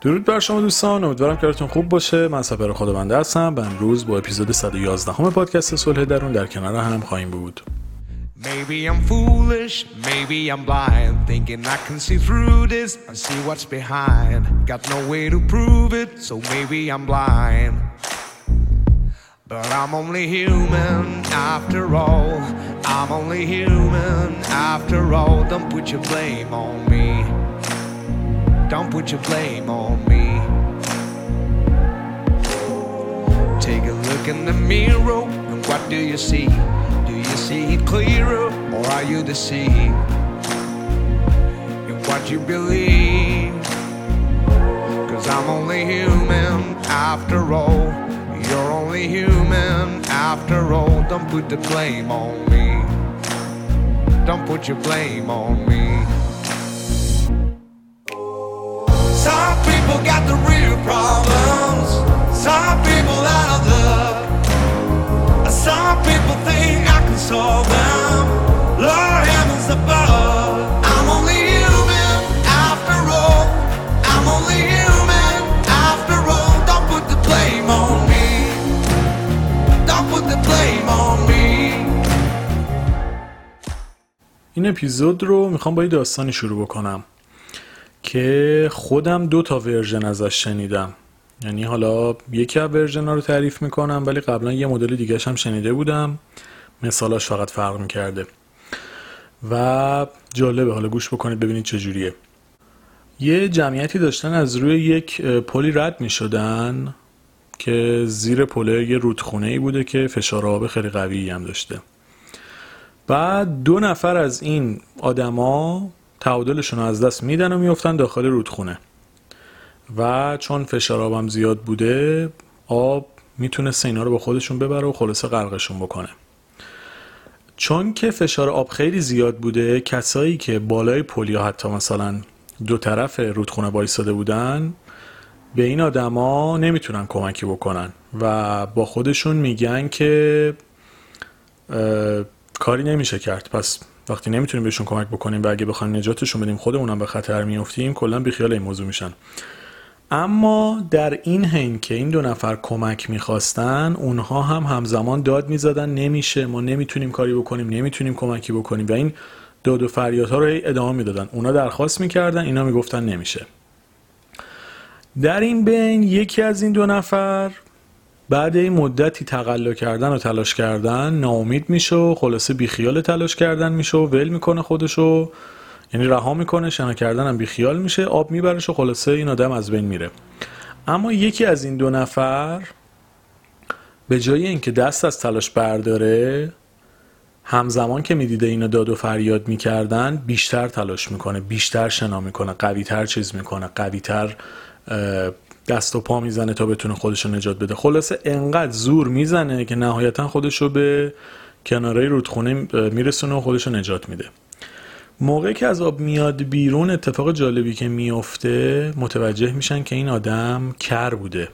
درود بر شما دوستان، امیدوارم که حالتون خوب باشه. من سپر خدابنده هستم و امروز با اپیزود 111 پادکست صلح درون در کنار هم خواهیم بود. Maybe I'm foolish, maybe I'm blind, thinking I can see through this and see what's behind. Got no way to prove it, so maybe I'm blind. But I'm only human after all. I'm only human after all. Don't put your blame on me. Don't put your blame on me. Take a look in the mirror and what do you see? Do you see it clearer or are you deceived in what you believe? 'Cause I'm only human after all. You're only human after all. Don't put the blame on me. Don't put your blame on me. Some people got the real problems. Some people out of luck. Some people think I can solve them. Lord heavens above. I'm only human after all. I'm only human after all. Don't put the blame on me. Don't put the blame on me. این اپیزود رو میخوام با یه داستانی شروع بکنم که خودم 2 ورژن ازش شنیدم. یعنی حالا یکی از ورژن‌ها رو تعریف میکنم ولی قبلا یه مدل دیگه‌ش هم شنیده بودم، مثالاش فقط فرق میکرده و جالبه. حالا گوش بکنید ببینید چجوریه. یه جمعیتی داشتن از روی یک پلی رد میشدن که زیر پله یه رودخونه‌ای بوده که فشار آب خیلی قویی هم داشته. بعد 2 نفر از این آدما تعادلشون رو از دست میدن و میافتن داخل رودخونه و چون فشار آبم زیاد بوده آب میتونست اینا رو با خودشون ببره و خلاصه غرقشون بکنه. چون که فشار آب خیلی زیاد بوده، کسایی که بالای پل یا حتی مثلا 2 طرف رودخونه وایساده بودن به این آدما نمیتونن کمکی بکنن و با خودشون میگن که کاری نمیشه کرد. پس وقتی نمیتونیم بهشون کمک بکنیم و اگه بخوایم نجاتشون بدیم خودمونم به خطر میافتیم، کلا بیخیال این موضوع میشن. اما در این حین که این 2 نفر کمک میخواستن، اونها هم همزمان داد میزدن نمیشه، ما نمیتونیم کاری بکنیم، نمیتونیم کمکی بکنیم و این داد و فریادها رو ادامه میدادن. اونا درخواست میکردن، اینا میگفتن نمیشه. در این بین یکی از این 2 نفر بعد این مدتی تقلا کردن و تلاش کردن ناامید میشه و خلاصه بیخیال تلاش کردن میشه و ول میکنه خودشو، یعنی رها میکنه، شنا کردن هم بیخیال میشه، آب میبرش و خلاصه این آدم از بین میره. اما یکی از این 2 نفر به جای اینکه دست از تلاش برداره، همزمان که میدیده اینا داد و فریاد میکردن بیشتر تلاش میکنه، بیشتر شنا میکنه، قویتر چیز میکنه، قویتر دست و پا میزنه تا بتونه خودشو نجات بده. خلاصه انقدر زور میزنه که نهایتا خودشو به کناره رودخونه میرسونه و خودشو نجات میده. موقعی که از آب میاد بیرون، اتفاق جالبی که میفته متوجه میشن که این آدم کر بوده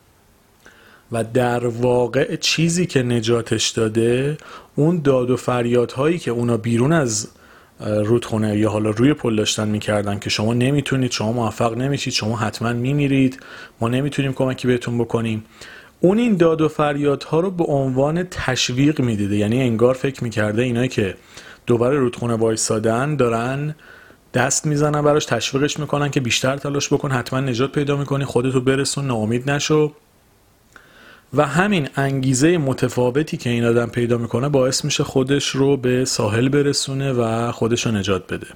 و در واقع چیزی که نجاتش داده اون داد و فریادهایی که اونا بیرون از رودخونه یا حالا روی پل داشتن میکردن که شما نمیتونید، شما موفق نمیشید، شما حتما میمیرید، ما نمیتونیم کمکی بهتون بکنیم، اون این داد و فریادها رو به عنوان تشویق میدیده. یعنی انگار فکر میکرده اینایی که دوباره رودخونه وایسادن دارن دست میزنن براش، تشویقش میکنن که بیشتر تلاش بکن، حتما نجات پیدا میکنی، خودتو برسون، ناامید نشو. و همین انگیزه متفاوتی که این آدم پیدا میکنه باعث میشه خودش رو به ساحل برسونه و خودش رو نجات بده.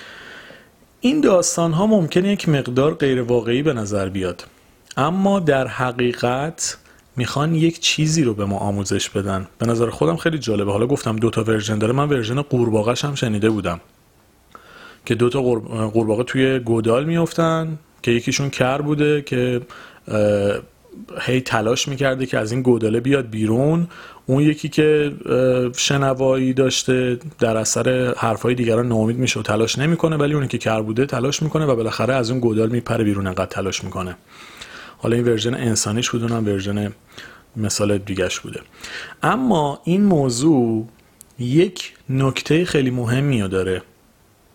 این داستان ها ممکنه یک مقدار غیر واقعی به نظر بیاد، اما در حقیقت میخوان یک چیزی رو به ما آموزش بدن. به نظر خودم خیلی جالبه. حالا گفتم 2 ورژن داره، من ورژن قورباغه‌ش هم شنیده بودم که 2 قورباغه توی گودال میافتن که یکیشون کر بوده که هی تلاش میکرده که از این گوداله بیاد بیرون، اون یکی که شنوایی داشته در اثر حرفای دیگران ناامید میشه و تلاش نمیکنه، ولی اون که کر بوده تلاش میکنه و بالاخره از اون گودال میپره بیرون، انقدر تلاش میکنه. حالا این ورژن انسانیش بود، اونم ورژن مثال دیگه‌اش بوده. اما این موضوع یک نکته خیلی مهمی داره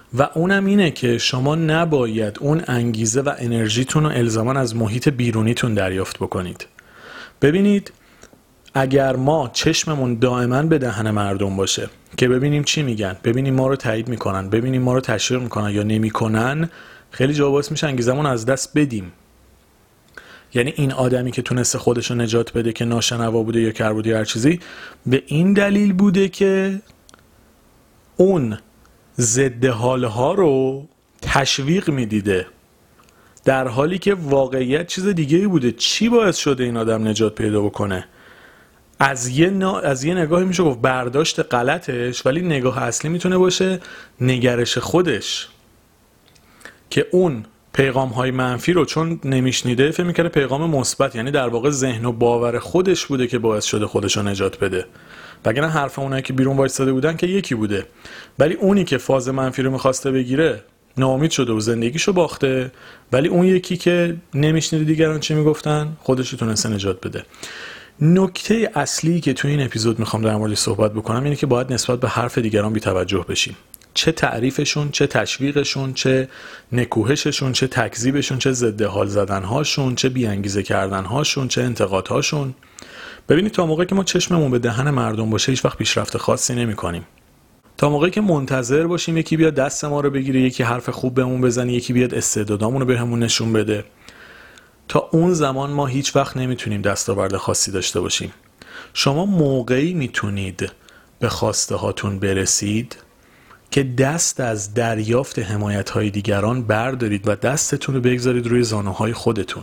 و اونم اینه که شما نباید اون انگیزه و انرژیتون رو الزاما از محیط بیرونیتون دریافت بکنید. ببینید اگر ما چشممون دائما به دهن مردم باشه که ببینیم چی میگن، ببینیم ما رو تایید میکنن، ببینیم ما رو تشویق میکنن یا نمیکنن، خیلی جا باعث میشه انگیزمون از دست بدیم. یعنی این آدمی که تونسته خودش رو نجات بده که ناشنوا بوده یا کر بوده یا هر چیزی، به این دلیل بوده که اون ضد حالها رو تشویق میدیده، در حالی که واقعیت چیز دیگه‌ای بوده. چی باعث شده این آدم نجات پیدا بکنه؟ از یه نگاهی میشه گفت برداشت غلطش، ولی نگاه اصلی میتونه باشه نگرش خودش که اون پیغام‌های منفی رو چون نمیشنیده فکر می‌کنه پیغام مثبت، یعنی در واقع ذهن و باور خودش بوده که باعث شده خودش رو نجات بده. وگرنه حرف اونایی که بیرون وایساده بودن که یکی بوده، ولی اونی که فاز منفی رو می‌خواسته بگیره ناامید شده و زندگیشو باخته، ولی اون یکی که نمیشنیده دیگران چی میگفتن خودش رو تونسته نجات بده. نکته اصلی که تو این اپیزود میخوام در موردش صحبت بکنم اینه که باید نسبت به حرف دیگران بی‌توجه بشیم. چه تعریفشون، چه تشویقشون، چه نکوهششون، چه تکذیبشون، چه ضد حال زدنهاشون، چه بی‌انگیزه کردنهاشون، چه انتقادهاشون. ببینید تا موقعی که ما چشممون به دهن مردم باشه هیچ وقت پیشرفت خاصی نمی‌کنیم. تا موقعی که منتظر باشیم یکی بیاد دست ما رو بگیره، یکی حرف خوب بهمون بزنه، یکی بیاد استعدادامون رو بهمون نشون بده، تا اون زمان ما هیچ وقت نمیتونیم دستاورد خاصی داشته باشیم. شما موقعی میتونید به خواسته هاتون برسید که دست از دریافت حمایت‌های دیگران بردارید و دستتون رو بگذارید روی زانوهای خودتون.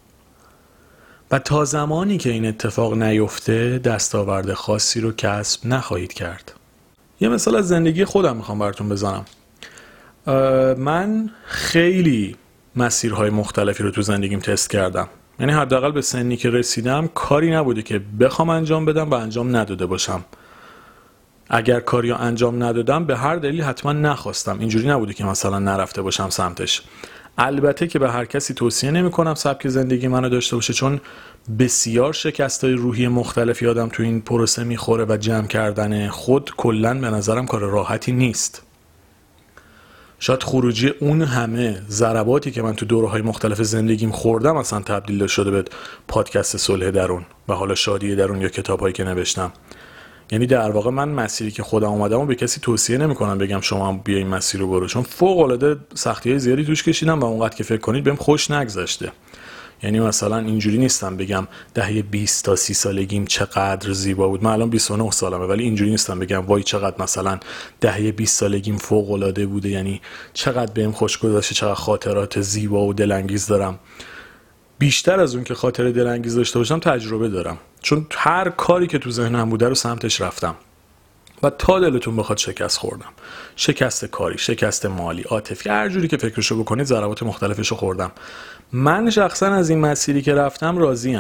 و تا زمانی که این اتفاق نیفته دستاورد خاصی رو کسب نخواهید کرد. یه مثال از زندگی خودم میخوام براتون بزنم. من خیلی مسیرهای مختلفی رو تو زندگیم تست کردم. یعنی حداقل به سنی که رسیدم کاری نبوده که بخوام انجام بدم و انجام نداده باشم. اگر کاری رو انجام ندادم به هر دلیل حتما نخواستم. اینجوری نبوده که مثلا نرفته باشم سمتش. البته که به هر کسی توصیه نمی‌کنم سبک زندگی منو داشته باشه، چون بسیار شکستای روحی مختلفی آدم تو این پروسه میخوره و جمع کردن خود کلاً به نظرم کار راحتی نیست. شاید خروجی اون همه ضرباتی که من تو دوره‌های مختلف زندگیم خوردم اصلا تبدیل شده به پادکست صلح درون و حالا شادی درون یا کتابایی که نوشتم. یعنی در واقع من مسیری که خودم اومدم و به کسی توصیه نمی‌کنم بگم شما هم بیا این مسیر رو برو، چون فوق‌العاده سختی‌های زیادی توش کشیدم و اونقدر که فکر کنید بهم خوش نگذشته. یعنی مثلا اینجوری نیستم بگم دهه 20 تا 30 سالگیم چقدر زیبا بود. من الان 29 سالمه ولی اینجوری نیستم بگم وای چقدر مثلا دهه 20 سالگیم فوق‌العاده بوده، یعنی چقدر بهم خوش گذشته، چقدر خاطرات زیبا و دلانگیز دارم. بیشتر از اون که خاطره دلانگیز داشته باشم تجربه دارم، چون هر کاری که تو ذهنم بوده رو سمتش رفتم و تا دلتون بخواد شکست خوردم. شکست کاری، شکست مالی، عاطفی، هر جوری که فکرشو بکنید ضربات مختلفشو خوردم. من شخصا از این مسیری که رفتم راضیم،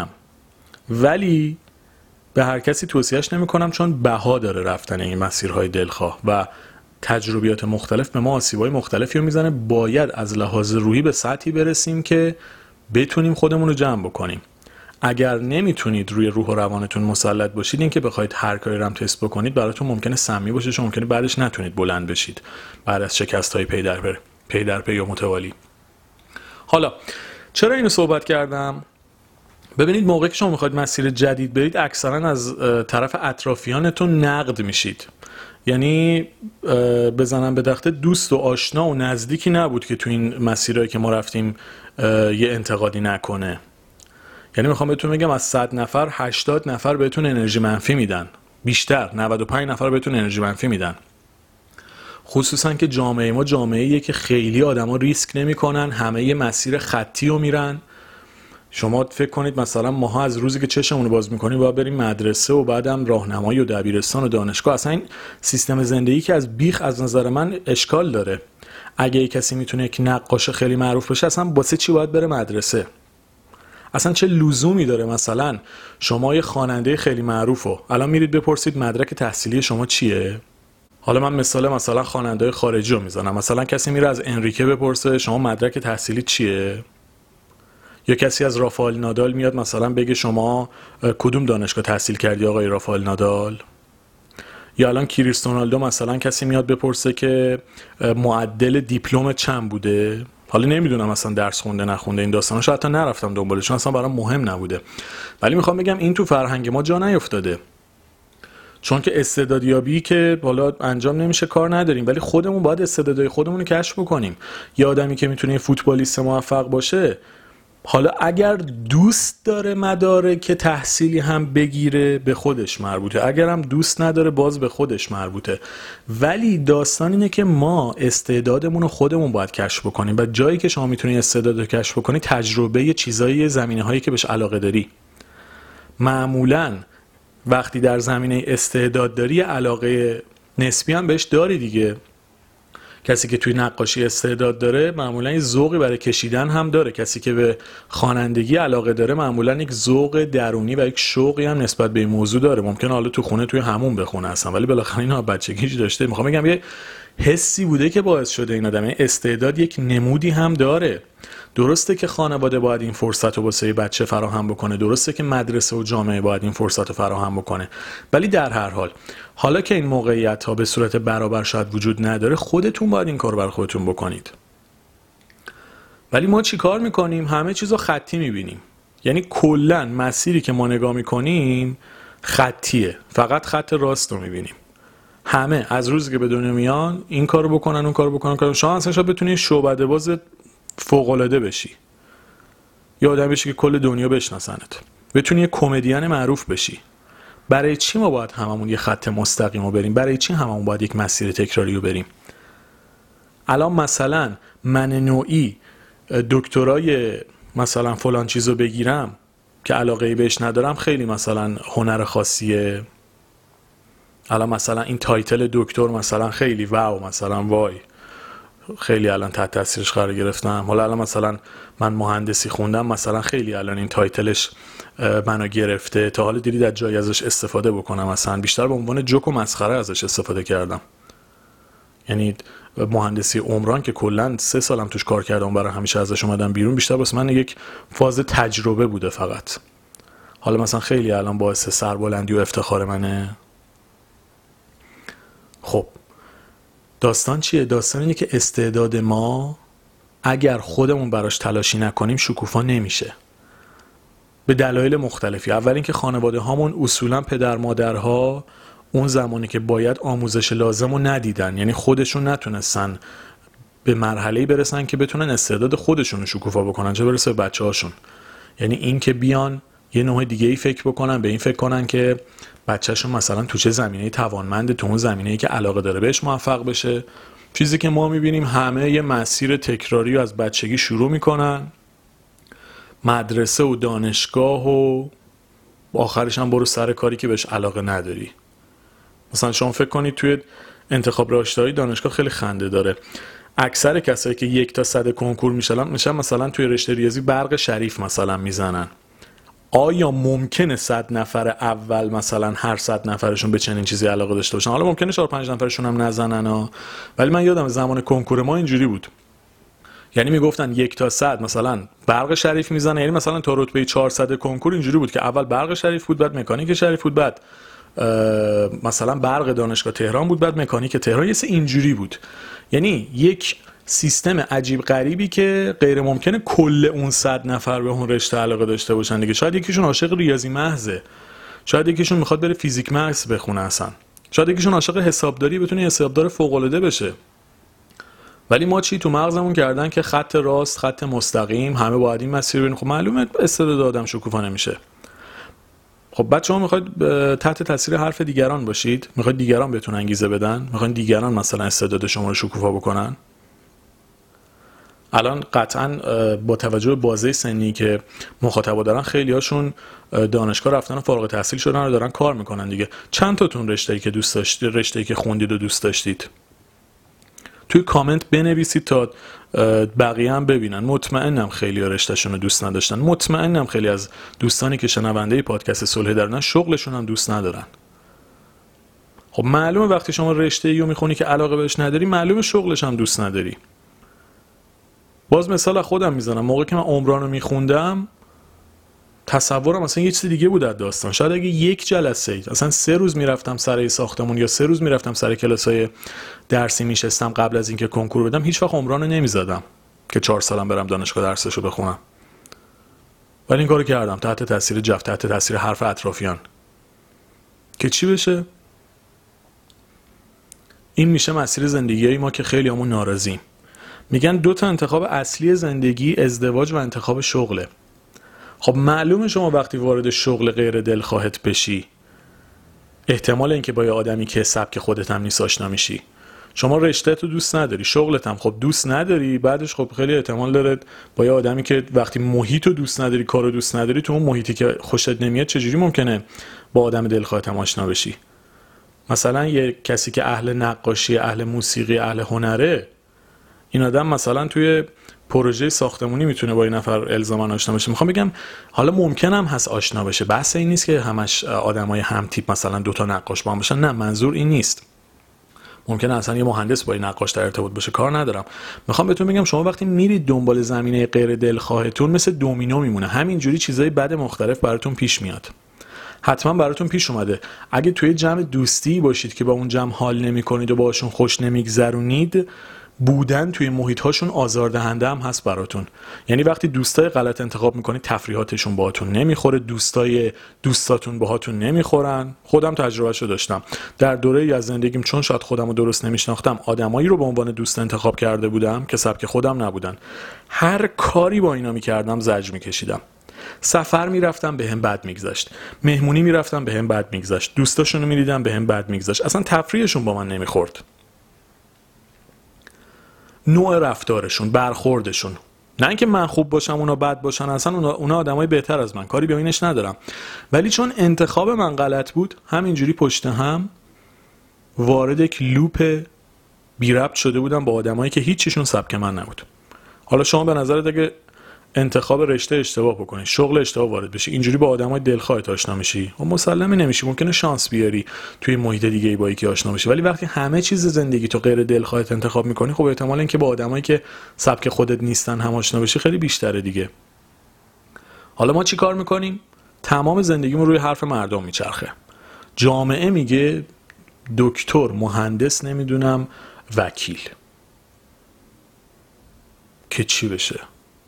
ولی به هر کسی توصیهش نمی‌کنم چون بها داره رفتن این مسیرهای دلخواه و تجربیات مختلف به ما آسیب‌های مختلفی رو میزنه. باید از لحاظ روحی به سطحی برسیم که بتونیم خودمون رو جمع بکنیم. اگر نمیتونید روی روح و روانتون مسلط باشید، این که بخواید هر کاری رو هم تست بکنید براتون ممکنه سمی باشه، چون ممکنه بعدش نتونید بلند بشید بعد از شکست‌های پی در پی یا متوالی. حالا چرا اینو صحبت کردم؟ ببینید موقعی که شما میخواید مسیر جدید برید اکثرا از طرف اطرافیانتون نقد میشید. یعنی بزنم به تخته دوست و آشنا و نزدیکی نبود که تو این مسیرهایی که ما رفتیم یه انتقادی نکنه. یعنی میخوام بهتون بگم از 100 نفر 80 نفر بهتون انرژی منفی میدن، بیشتر 95 نفر بهتون انرژی منفی میدن. خصوصا که جامعه ما جامعه‌ایه که خیلی آدما ریسک نمیکنن، همه یه مسیر خطی رو میرن. شما فکر کنید مثلا ماها از روزی که چشمون رو باز میکنیم باید بریم مدرسه و بعدم راهنمایی و دبیرستان و دانشگاه. اصلا این سیستم زندگی که از بیخ از نظر من اشکال داره. اگه یک کسی میتونه یک نقاش خیلی معروف بشه اصلا واسه چی باید بره مدرسه؟ اصلا چه لزومی داره مثلا شما یه خواننده خیلی معروفو الان میرید بپرسید مدرک تحصیلی شما چیه؟ حالا من مثلا خواننده‌های خارجی رو میزنم. مثلا کسی میره از انریکه بپرسه شما مدرک تحصیلی چیه؟ یا کسی از رافائل نادال میاد مثلا بگه شما کدوم دانشگاه تحصیل کردی آقای رافائل نادال؟ یا الان کریستیانو رونالدو مثلا کسی میاد بپرسه که معدل دیپلم چند بوده، حالا نمیدونم مثلا درس خونده نخونده این داستاناشو حتی نرفتم دنبالش، اصلا برام مهم نبوده، ولی میخوام بگم این تو فرهنگ ما جا نیافتاده. چون که استعدادیابی که بالا انجام نمیشه کار نداریم، ولی خودمون باید استعدادهای خودمون رو کشف بکنیم. یه آدمی که میتونه فوتبالیست موفق باشه، حالا اگر دوست داره مدارک تحصیلی هم بگیره به خودش مربوطه، اگر هم دوست نداره باز به خودش مربوطه، ولی داستان اینه که ما استعدادمون رو خودمون باید کشف بکنیم و جایی که شما میتونی استعداد رو کشف بکنی تجربه چیزایی زمینه هایی که بهش علاقه داری. معمولاً وقتی در زمینه استعداد داری علاقه نسبی هم بهش داری دیگه. کسی که توی نقاشی استعداد داره معمولا یک ذوقی برای کشیدن هم داره. کسی که به خوانندگی علاقه داره معمولا یک ذوق درونی و یک شوقی هم نسبت به این موضوع داره. ممکنه حالا تو خونه توی همون بخونه اصلا، ولی بالاخره اینا بچگیش داشته. میخوام بگم یه حسی بوده که باعث شده این آدم استعداد یک نمودی هم داره. درسته که خانواده باید این فرصت رو واسه بچه فراهم بکنه، درسته که مدرسه و جامعه باید این فرصت رو فراهم بکنه، ولی در هر حال حالا که این موقعیت ها به صورت برابر شاید وجود نداره، خودتون باید این کار برای خودتون بکنید. ولی ما چی کار میکنیم؟ همه چیز رو خطی میبینیم. یعنی کلن مسیری که ما نگاه میکنیم خطیه، فقط خط راست رو میبینیم. همه از روزی که به دنیا میان این کارو بکنن اون کارو بکنن. شما اصلا شاید بتونی شعبده باز فوق‌العاده بشی، یا آدمی بشی که کل دنیا بشناسنت، بتونی یه کمدین معروف بشی. برای چی ما باید هممون یه خط مستقیم رو بریم؟ برای چی هممون باید یک مسیر تکراری رو بریم؟ الان مثلا من نوعی دکترای مثلا فلان چیزو بگیرم که علاقه‌ای بهش ندارم، خیلی مثلا هنر خاصیه. الان مثلا این تایتل دکتر مثلا خیلی واو، مثلا وای، خیلی الان تحت تاثیرش قرار گرفتم. حالا الان مثلا من مهندسی خوندم، مثلا خیلی الان این تایتلش منو گرفته. تا حالا دیدید از جایی ازش استفاده بکنم؟ مثلا بیشتر به عنوان جوک و مسخره ازش استفاده کردم. یعنی مهندسی عمران که کلا 3 سالم توش کار کردم، برای همیشه ازش اومدم بیرون، بیشتر واسه من یک فاز تجربه بوده فقط. حالا مثلا خیلی الان باعث سربلندی و افتخار منه. خب داستان چیه؟ داستان اینه که استعداد ما اگر خودمون براش تلاشی نکنیم شکوفا نمیشه، به دلایل مختلفی. اول اینکه خانواده هامون اصولا پدر مادرها اون زمانی که باید آموزش لازم رو ندیدن، یعنی خودشون نتونستن به مرحله‌ای برسن که بتونن استعداد خودشون رو شکوفا بکنن، چه برسه به بچه‌هاشون. یعنی این که بیان یه نوع دیگه‌ای فکر بکنن، به این فکر کنن که بچه‌شون مثلا تو چه زمینه‌ای توانمنده، تو اون زمینه‌ای که علاقه داره بهش موفق بشه. چیزی که ما می‌بینیم همه یه مسیر تکراری رو از بچگی شروع می‌کنن، مدرسه و دانشگاه و آخرش هم برو سر کاری که بهش علاقه نداری. مثلا شما فکر کنید توی انتخاب رشته‌های دانشگاه خیلی خنده داره. اکثر کسایی که 1 تا 100 کنکور میشن مثلا توی رشته ریاضی برق شریف مثلا میزنن. آیا ممکنه 100 نفر اول مثلا هر 100 نفرشون به چنین چیزی علاقه داشته باشن؟ حالا ممکنه 4-5 نفرشون هم نزنن ها، ولی من یادم زمان کنکور ما اینجوری بود. یعنی میگفتن 1 تا 100 مثلا برق شریف میزنه، یعنی مثلا تا رتبه 400 کنکور اینجوری بود که اول برق شریف بود، بعد مکانیک شریف بود، بعد مثلا برق دانشگاه تهران بود، بعد مکانیک تهران. یه سه اینجوری بود. یعنی یک سیستم عجیب غریبی که غیر ممکنه کل اون 100 نفر به اون رشته علاقه داشته باشن دیگه. شاید یکیشون عاشق ریاضی محضه، شاید یکیشون میخواد بره فیزیک محض بخونه اصلا، شاید یکیشون عاشق حسابداری بتونه حسابدار فوق العاده بشه. ولی ما چی تو مغزمون کردن که خط راست، خط مستقیم، همه باید این مسیر بریم. خب معلومه استعداد آدم شکوفا نمیشه. خب بچه‌ها میخواید تحت تاثیر حرف دیگران باشید؟ میخواید دیگران بهتون انگیزه بدن؟ میخواید دیگران مثلا استعداد شما رو شکوفا بکنن؟ الان قطعاً با توجه به بازه سنی که مخاطبا دارن، خیلی هاشون دانشگاه رفتن و فارغ التحصیل شدن و دارن کار میکنن دیگه. چند تاتون رشته‌ای که دوست داشتید، رشته‌ای که خوندید و دوست داشتید؟ توی کامنت بنویسید تا بقیه هم ببینن. مطمئنم خیلی ها رشته‌شون رو دوست نداشتن. مطمئنم خیلی از دوستانی که شنونده پادکست صلح دارن شغلشون هم دوست ندارن. خب معلومه وقتی شما رشته‌ای رو میخونی که علاقه بهش نداری، معلومه شغلش هم دوست نداری. باز مثال خودم میزنم. موقعی که من عمران رو میخوندم تصورم مثلا یه چیز دیگه بود از داستان. شاید اگه یک جلسه اصلا 3 روز میرفتم سر ساختمون یا 3 روز میرفتم سر کلاسای درسی میشستم قبل از اینکه کنکور بدم، هیچ وقت عمرانو نمیزدم که 4 سالم برم دانشگاه درسشو بخونم. ولی این کارو کردم تحت تاثیر جف، تحت تاثیر حرف اطرافیان. که چی بشه؟ این میشه مسیر زندگی ما که خیلی همون ناراضیم. میگن 2 تا انتخاب اصلی زندگی ازدواج و انتخاب شغله. خب معلومه شما وقتی وارد شغل غیر دلخواهت بشی، احتمال اینکه با یه آدمی که سبک خودت هم نیست آشنا میشی. شما رشته تو دوست نداری، شغلت هم خب دوست نداری، بعدش خب خیلی احتمال داره با یه آدمی که وقتی محیط رو دوست نداری، کارو دوست نداری، تو اون محیطی که خوشت نمیاد چجوری ممکنه با آدم دلخواهت هم آشنا بشی؟ مثلا یه کسی که اهل نقاشی، اهل موسیقی، اهل هنره، این آدم مثلا توی پروژه ساختمونی میتونه با این نفر الزاما آشنا بشه. میخوام بگم حالا ممکنم هست آشنا بشه، بحث این نیست که همش آدمای هم تیپ مثلا 2 تا نقاش با هم باشن، نه منظور این نیست. ممکنه اصلا یه مهندس با این نقاش در ارتباط باشه، کار ندارم. میخوام بهتون بگم شما وقتی میرید دنبال زمینه غیر دلخواهتون مثل دومینو میمونه، همینجوری چیزای بد مختلف براتون پیش میاد. حتما براتون پیش اومده اگه توی جمع دوستی باشید که با اون جمع حال نمی‌کنید و باهاشون خوش نمیگذرونید، بودن توی محیط هاشون آزاردهنده هم هست براتون. یعنی وقتی دوستای غلط انتخاب میکنید تفریحاتشون باهاتون نمیخوره، دوستاتون باهاتون نمیخورن. خودم تجربهشو داشتم در دوره‌ای از زندگیم، چون شاید خودمو درست نمیشناختم، آدمایی رو به عنوان دوست انتخاب کرده بودم که سبک خودم نبودن. هر کاری با اینا میکردم زجر میکشیدم. سفر میرفتم بهم بد میگذشت، مهمونی میرفتم بهم بد میگذشت، دوستاشونو میدیدم بهم بد میگذشت، اصلا تفریحشون با من نمیخورد. نوع رفتارشون، برخوردشون، نه اینکه من خوب باشم اونا بد باشن، اصلا اونا آدمای بهتر از من، کاری به اینش ندارم، ولی چون انتخاب من غلط بود همینجوری پشت هم وارد یک لوپ بی ربط شده بودم با آدمایی که هیچیشون سبک من نبود. حالا شما به نظرت اگه انتخاب رشته اشتباه بکنی، شغل اشتباه وارد بشی، اینجوری با آدمای دلخواهت آشنا میشی و مسلمه نمیشی، ممکنه شانس بیاری توی محیط دیگه ای با یکی آشنا بشی، ولی وقتی همه چیز زندگی تو غیر دلخواهت انتخاب میکنی، خب احتمال اینکه با آدمایی که سبک خودت نیستن هم آشنا بشی خیلی بیشتره دیگه. حالا ما چی کار میکنیم؟ تمام زندگیمون روی حرف مردم میچرخه. جامعه میگه دکتر، مهندس، نمیدونم وکیل. که چی بشه؟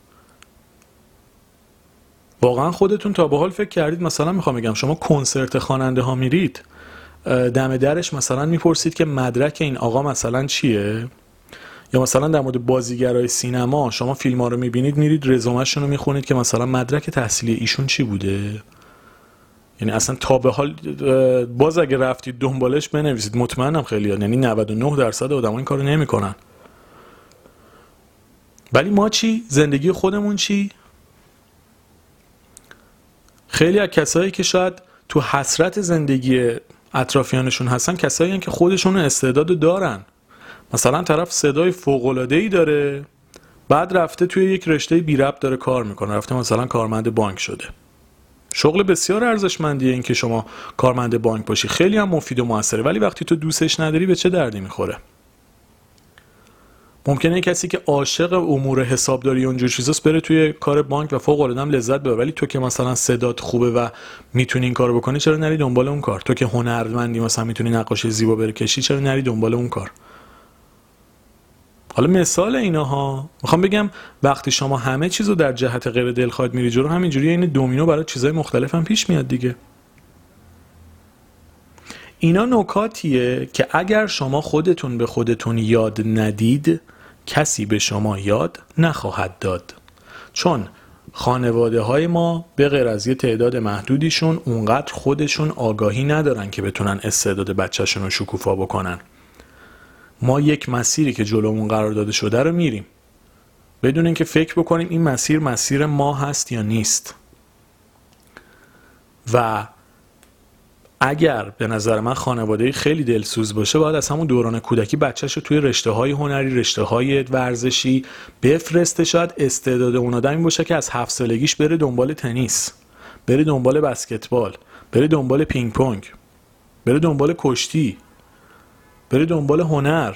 واقعا خودتون تا به حال فکر کردید مثلا میخوام بگم شما کنسرت خواننده ها میرید، دم درش مثلا میپرسید که مدرک این آقا مثلا چیه؟ یا مثلا در مورد بازیگرای سینما شما فیلم ها رو میبینید، میرید رزومه‌شون رو میخونید که مثلا مدرک تحصیلی ایشون چی بوده؟ یعنی اصلا تا به حال باز اگه رفتید دنبالش بنویسید، مطمئنم خیلی یعنی 99% آدم‌ها این کارو نمیکنن. ولی ما چی؟ زندگی خودمون چی؟ خیلی از کسایی که شاید تو حسرت زندگی اطرافیانشون هستن، کسایی هستن که خودشون استعداد دارن. مثلا طرف صدای فوق‌العاده‌ای داره، بعد رفته توی یک رشته بی ربط داره کار میکنه، رفته مثلا کارمند بانک شده. شغل بسیار ارزشمندیه این که شما کارمند بانک باشی، خیلی هم مفید و موثره، ولی وقتی تو دوستش نداری به چه دردی میخوره؟ ممکنه کسی که عاشق امور حسابداری و اونجور چیزاست بره توی کار بانک و فوق العاده هم لذت ببره، ولی تو که مثلا صدات خوبه و میتونی این کارو بکنی چرا نری دنبال اون کار؟ تو که هنرمندی مثلا میتونی نقاشی زیبا بکشی چرا نری دنبال اون کار؟ حالا مثال ایناها میخوام بگم وقتی شما همه چیزو در جهت غیر دلخواهت میری جلو، همینجوری این دومینو برای چیزای مختلف هم پیش میاد دیگه. اینا نکاتیه که اگر شما خودتون به خودتون یاد ندید، کسی به شما یاد نخواهد داد. چون خانواده های ما به غیر از یه تعداد محدودیشون اونقدر خودشون آگاهی ندارن که بتونن استعداد بچه‌شون رو شکوفا بکنن. ما یک مسیری که جلومون قرار داده شده رو میریم بدون اینکه فکر بکنیم این مسیر ما هست یا نیست. و اگر به نظر من خانواده خیلی دلسوز باشه، باید از همون دوران کودکی بچه‌شو توی رشته‌های هنری، رشته‌های ورزشی بفرسته. شاید استعداد اون آدم این باشه که از 7 سالگیش بره دنبال تنیس، بره دنبال بسکتبال، بره دنبال پینگ پونگ، بره دنبال کشتی، بره دنبال هنر.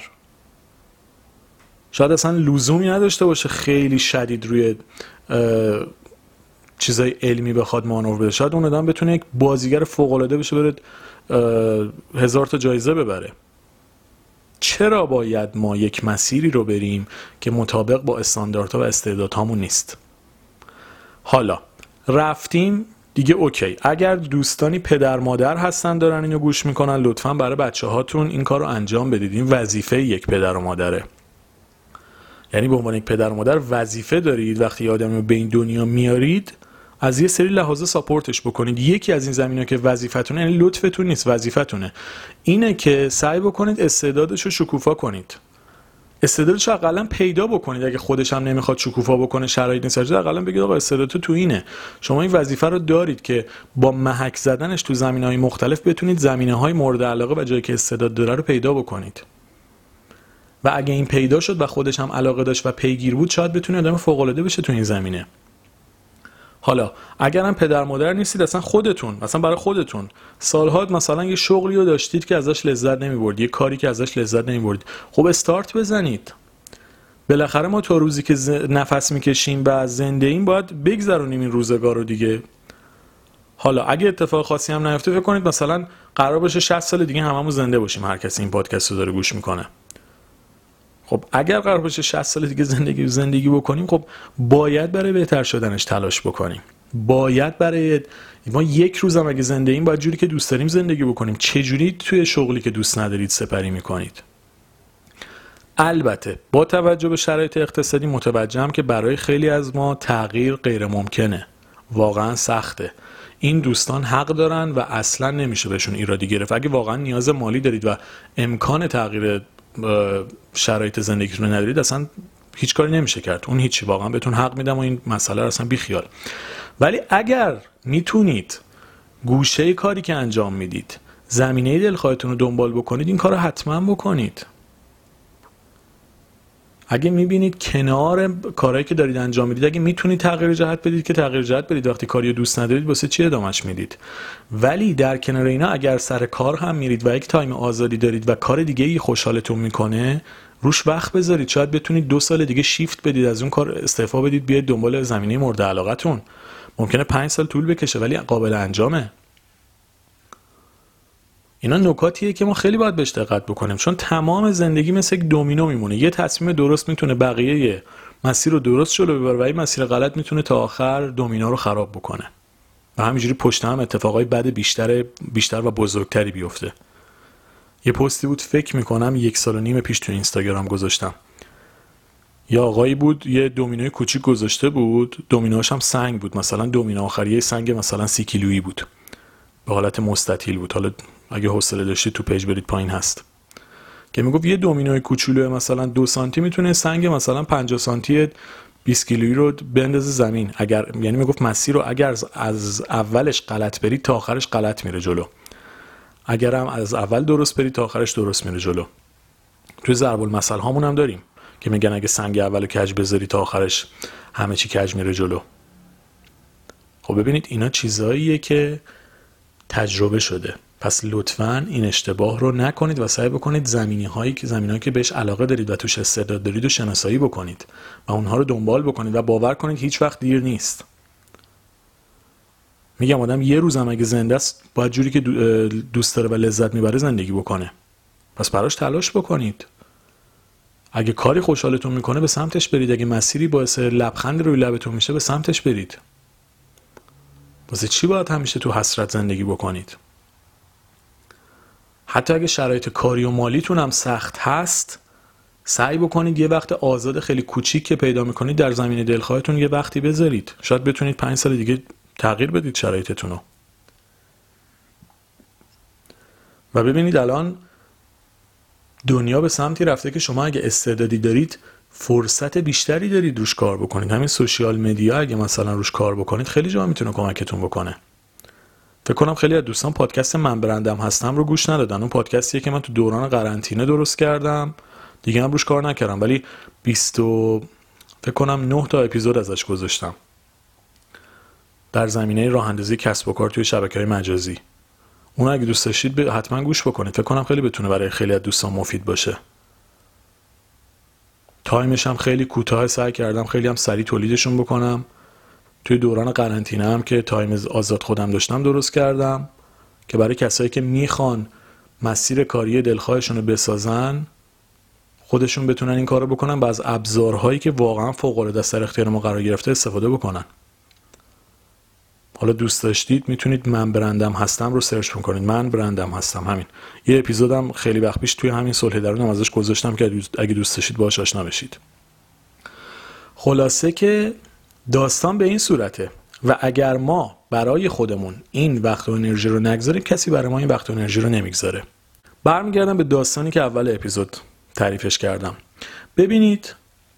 شاید اصلا لزومی نداشته باشه خیلی شدید روی چیزای علمی بخواد مانور بده. شاید اون آدم بتونه یک بازیگر فوق‌العاده بشه، بره 1000 تا جایزه ببره. چرا باید ما یک مسیری رو بریم که مطابق با استانداردها و استعدادهامون نیست؟ حالا رفتیم دیگه، اوکی. اگر دوستانی پدر مادر هستن دارن اینو گوش میکنن، لطفاً برای بچه هاتون این کار رو انجام بدید. این وظیفه یک پدر و مادره. یعنی به عنوان یک پدر و مادر وظیفه دارید وقتی آدمی رو به این دنیا میارید از یه سری لحاظا ساپورتش بکنید. یکی از این زمینه‌ها که وظیفتونه، یعنی لطفتون نیست، وظیفتونه، اینه که سعی بکنید استعدادش رو شکوفا کنید. استعدادش رو حداقل پیدا بکنید. اگه خودش هم نمیخواد شکوفا بکنه، شرایط نیست، حداقل بگید آقا استعدادت تو اینه. شما این وظیفه رو دارید که با محک زدنش تو زمینه‌های مختلف بتونید زمینه‌های مورد علاقه و جایی که استعداد داره رو پیدا بکنید. و اگه این پیدا شد و خودش هم علاقه داشت و پیگیر بود، شاید بتونه آدم فوق‌العاده بشه تو این زمینه. حالا اگر هم پدر مادر نیستید، اصلا خودتون، مثلا برای خودتون سالها مثلا یه شغلی رو داشتید که ازش لذت نمی‌بردید، یه کاری که ازش لذت نمی‌بردید، خب استارت بزنید. بالاخره ما تا روزی که نفس میکشیم و زنده ایم باید بگذرونیم این روزگار رو دیگه. حالا اگه اتفاق خاصی هم نیفته، فکر کنید مثلا قرار باشه 60 سال دیگه هممون زنده باشیم، هر کسی این پادکست رو داره گوش میکنه. خب اگر قرار باشه 60 سال دیگه زندگی بکنیم، خب باید برای بهتر شدنش تلاش بکنیم. باید برای ما یک روزم اگه زنده ایم باید جوری که دوست داریم زندگی بکنیم. چه جوری توی شغلی که دوست ندارید سپری میکنید؟ البته با توجه به شرایط اقتصادی متوجهم که برای خیلی از ما تغییر غیر ممکنه، واقعا سخته. این دوستان حق دارن و اصلا نمیشه بهشون ایرادی گرفت. اگه واقعا نیاز مالی دارید و امکان تغییر شرایط زندگیتون رو ندارید، اصلا هیچ کاری نمیشه کرد. اون هیچی، واقعا بهتون حق میدم و این مسئله رو اصلا بی خیال. ولی اگر میتونید گوشه کاری که انجام میدید زمینه دلخواهتون رو دنبال بکنید، این کار رو حتما بکنید. اگه میبینید کنار کارهایی که دارید انجام میدید، اگه میتونید تغییر جهت بدید که تغییر جهت بدید. وقتی کاری رو دوست ندارید واسه چی ادامهش میدید؟ ولی در کنار اینا اگر سر کار هم میرید و یک تایم آزادی دارید و کار دیگه ای خوشحالتون میکنه، روش وقت بذارید. شاید بتونید 2 سال دیگه شیفت بدید، از اون کار استعفا بدید، بیاید دنبال زمینه مورد علاقتون. ممکنه 5 سال طول بکشه ولی قابل انجامه. اینا نکاتیه که ما خیلی باید بهش دقت بکنیم، چون تمام زندگی مثل یک دومینو میمونه. یه تصمیم درست میتونه بقیه مسیر رو درست جلو ببره و این مسیر غلط میتونه تا آخر دومینو رو خراب بکنه و همینجوری پشت هم اتفاقای بد بیشتر و بزرگتری بیفته. یه پستی بود فکر میکنم 1.5 سال پیش تو اینستاگرام گذاشتم. یه آقایی بود یه دومینوی کوچیک گذاشته بود، دومینوش هم سنگ بود، مثلا دومینو آخریه سنگ مثلا 30 کیلویی بود، به حالت مستطیل بود. حالا اگه حوصله داشتید تو پیج برید، پایین هست، که میگفت یه دومینوی کوچولو مثلا 2 سانتی میتونه سنگ مثلا 50 سانتی 20 کیلویی رو بندازه زمین. اگر یعنی میگفت مسیر رو اگر از اولش غلط برید تا آخرش غلط میره جلو، اگر هم از اول درست برید تا آخرش درست میره جلو. توی ضرب المثل هامون هم داریم که میگن اگه سنگ اولو کج بذاری تا آخرش همه چی کج میره جلو. خب ببینید اینا چیزاییه که تجربه شده. پس لطفاً این اشتباه رو نکنید و سعی بکنید زمینه‌هایی که بهش علاقه دارید و توش استعداد دارید رو شناسایی بکنید و اونها رو دنبال بکنید و باور کنید هیچ وقت دیر نیست. میگم آدم یه روزم اگه زنده است باید جوری که دوست داره و لذت میبره زندگی بکنه. پس براش تلاش بکنید. اگه کاری خوشحالتون میکنه به سمتش برید. اگه مسیری باعث لبخند روی لبتون میشه به سمتش برید. واسه چی باید همیشه تو حسرت زندگی بکنید؟ حتی اگه شرایط کاری و مالیتون هم سخت هست، سعی بکنید یه وقت آزاد خیلی کوچیک که پیدا میکنید در زمینه دلخواهتون یه وقتی بذارید. شاید بتونید 5 سال دیگه تغییر بدید شرایطتون رو. و ببینید الان دنیا به سمتی رفته که شما اگه استعدادی دارید فرصت بیشتری دارید روش کار بکنید. همین سوشیال مدیا اگه مثلا روش کار بکنید خیلی جا میتونه کمکتون بکنه. فکر کنم خیلی از دوستان پادکست من برندم هستم رو گوش ندادن. اون پادکستیه که من تو دوران قرنطینه درست کردم، دیگه هم روش کار نکردم، ولی 20 فکر کنم 9 تا اپیزود ازش گذاشتم در زمینه راه اندازی کسب و کار توی شبکه‌های مجازی. اون اگه دوست داشتید حتما گوش بکنید. فکر کنم خیلی بتونه برای خیلی از دوستان مفید باشه. تایمش هم خیلی کوتاه، سعی کردم خیلی هم سریع تولیدشون بکنم توی دوران قرنطینه هم که تایم آزاد خودم داشتم درست کردم که برای کسایی که میخوان مسیر کاری دلخواهشون رو بسازن خودشون بتونن این کارو بکنن و از ابزارهایی که واقعا فوق‌العاده است در اختیار ما قرار گرفته استفاده بکنن. حالا دوست داشتید میتونید من برندم هستم رو سرچ کنید. من برندم هستم، همین. یه اپیزودم خیلی وقت پیش توی همین صلح درونم ازش گذاشتم که اگه دوست داشتید باهاش آشنا بشید. خلاصه که داستان به این صورته و اگر ما برای خودمون این وقت و انرژی رو نگذاریم کسی برای ما این وقت و انرژی رو نمیگذاره. برمیگردم به داستانی که اول اپیزود تعریفش کردم. ببینید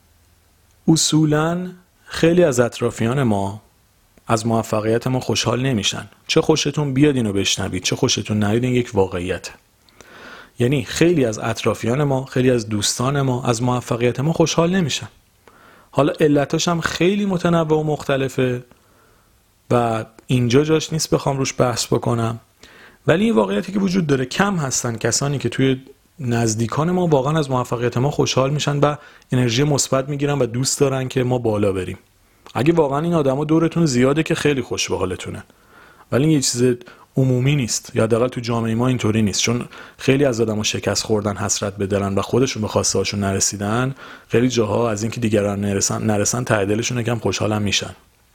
اصولاً خیلی از اطرافیان ما از موفقیت ما خوشحال نمیشن. چه خوشتون بیاد اینو بشنوید، چه خوشتون نیاد، این یک واقعیته. یعنی خیلی از اطرافیان ما، خیلی از دوستان ما از موفقیت ما خوشحال نمیشن. حالا علتاش هم خیلی متنوع و مختلفه و اینجا جاش نیست بخوام روش بحث بکنم، ولی این واقعیتی که وجود داره کم هستن کسانی که توی نزدیکان ما واقعا از موفقیت ما خوشحال میشن و انرژی مثبت میگیرن و دوست دارن که ما بالا بریم. اگه واقعا این آدما دورتون زیاده که خیلی خوش به حالتونه، ولی این یه چیز عمومی نیست، یا حداقل تو جامعه ما اینطوری نیست، چون خیلی از آدما شکست خوردن، حسرت بدلن و خودشون به خواسته هاشون نرسیدن. خیلی جاها از اینکه دیگران نرسن ته دلشون یکم خوشحالم میشن.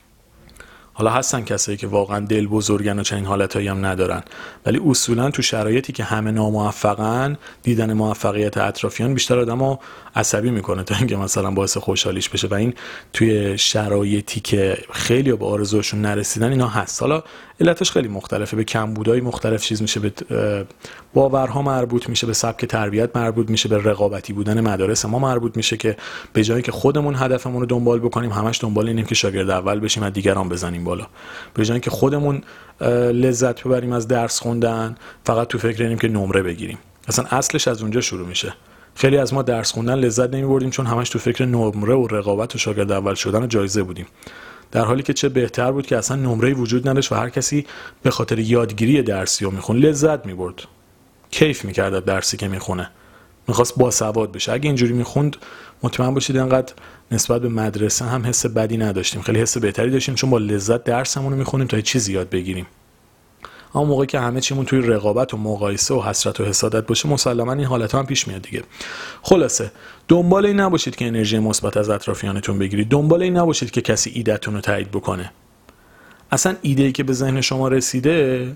حالا هستن کسایی که واقعا دل بزرگن و چنین حالتایی هم ندارن، ولی اصولا تو شرایطی که همه ناموفقن دیدن موفقیت اطرافیان بیشتر آدمو عصبی میکنه تا اینکه مثلا باعث خوشحالیش بشه و این توی شرایطی که خیلی به آرزوشون نرسیدن اینا هست. حالا علتش خیلی مختلفه، به کمبودهای مختلف چیز میشه، به باورها مربوط میشه، به سبک تربیت مربوط میشه، به رقابتی بودن مدارس ما مربوط میشه که به جایی که خودمون هدفمون رو دنبال بکنیم همش دنبال اینیم که شاگرد اول بشیم و دیگران بزنیم بالا. به جایی که خودمون لذت ببریم از درس خوندن فقط تو فکر اینیم که نمره بگیریم. اصلا اصلش از اونجا شروع میشه. خیلی از ما درس خوندن لذت نمیبردیم چون همش تو فکر نمره و رقابت و شاگرد اول شدن و جایزه بودیم، در حالی که چه بهتر بود که اصلا نمره‌ای وجود نداشت و هر کسی به خاطر یادگیری درسی رو میخون لذت میبرد، کیف میکرد درسی که میخونه، میخواست باسواد بشه. اگه اینجوری میخوند مطمئن باشید انقدر نسبت به مدرسه هم حس بدی نداشتیم، خیلی حس بهتری داشتیم چون با لذت درسمون رو میخونیم تا چیزی یاد بگیریم. اما موقعی که همه چیمون توی رقابت و مقایسه و حسرت و حسادت باشه مسلماً این حالت هم پیش میاد دیگه. خلاصه دنبال این نباشید که انرژی مثبت از اطرافیانتون بگیرید، دنبال این نباشید که کسی ایده‌تون رو تایید بکنه. اصلا ایده‌ای که به ذهن شما رسیده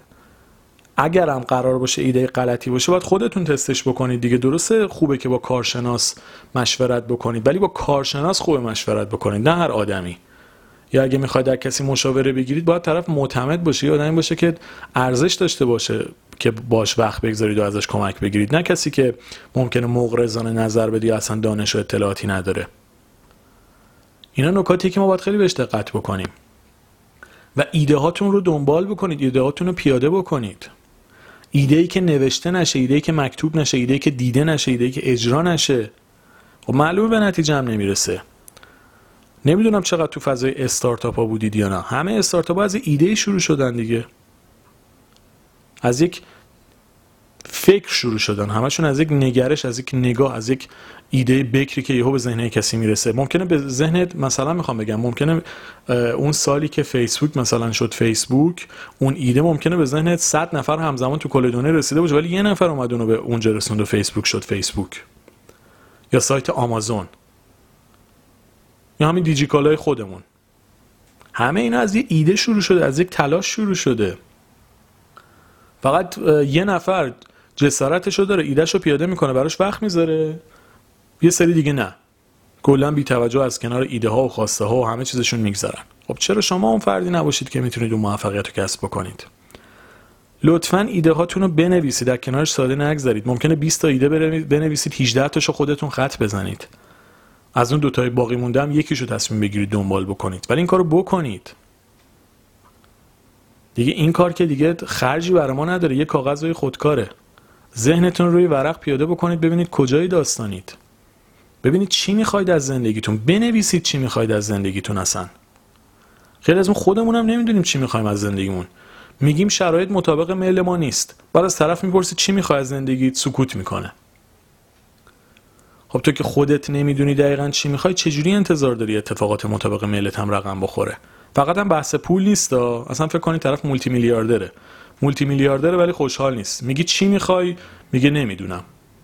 اگر هم قرار باشه ایده غلطی باشه باید خودتون تستش بکنید دیگه. درسته خوبه که با کارشناس مشورت بکنید، ولی با کارشناس خوبه مشورت بکنید، نه هر آدمی. یا اگه میخواید در کسی مشاوره بگیرید باید طرف معتمد باشه، یا آدمی باشه که ارزش داشته باشه که باش وقت بگذارید و ازش کمک بگیرید، نه کسی که ممکنه مغرضانه نظر بده یا اصلا دانش و اطلاعاتی نداره. اینا نکاتیه که ما باید خیلی بهش دقت بکنیم و ایده هاتون رو دنبال بکنید، ایده هاتون رو پیاده بکنید. ایده‌ای که نوشته نشه، ایده‌ای که مکتوب نشه، ایده‌ای که دیده نشه، ایده‌ای که اجرا نشه خب معلومه به نتیجه هم نمیرسه. نمیدونم چقدر تو فضای استارتاپ ها بودید یا نه، همه استارتاپ ها از ایده شروع شدن دیگه، از یک فکر شروع شدن، همشون از یک نگرش، از یک نگاه، از یک ایده بکری که یهو به ذهن کسی میرسه. ممکنه به ذهنت مثلا میخوام بگم ممکنه اون سالی که فیسبوک مثلا شد فیسبوک، اون ایده ممکنه به ذهنت 100 نفر همزمان تو کل دنیا رسیده باشه ولی یه نفر اومد اونو به اونجا رسوند و فیسبوک شد فیسبوک. یا سایت آمازون یا همین دیجیکالای خودمون، همه اینا از یه ایده شروع شده، از یک تلاش شروع شده. فقط یه نفر جسارتشو داره، ایدهشو پیاده میکنه، براش وقت میذاره، یه سری دیگه نه، کلا بی توجه از کنار ایده ها و خواسته ها و همه چیزشون میگذرن. خب چرا شما اون فردی نباشید که میتونید اون موفقیت رو کسب بکنید؟ لطفاً ایده هاتون رو بنویسید، در کنارش ساده نگذارید. ممکنه 20 تا ایده بنویسید، 18 تاشو خودتون خط بزنید، از اون 2 تای باقی مونده هم یکیشو تصمیم بگیرید دنبال بکنید، ولی این کارو بکنید دیگه. این کار که دیگه خرجی برای ما نداره، یه کاغذ خودکاره. ذهنتون روی ورق پیاده بکنید، ببینید کجای داستانید، ببینید چی میخواید از زندگیتون، بنویسید چی میخواید از زندگیتون. اصلا خیلی از ما خودمون هم نمیدونیم چی میخوایم از زندگیمون، میگیم شرایط مطابق میل ما نیست، بعد از طرف میپرسید چی میخوای از زندگیت، سکوت میکنه. خب تو که خودت نمیدونی دقیقاً چی میخوای، چجوری انتظار داری اتفاقات مطابق میلت هم رقم بخوره؟ فقط هم بحث پول نیست اصلا فکر کنید طرف مولتی میلیاردره ولی خوشحال نیست. میگی چی میخوای؟ میگه نمیدونم.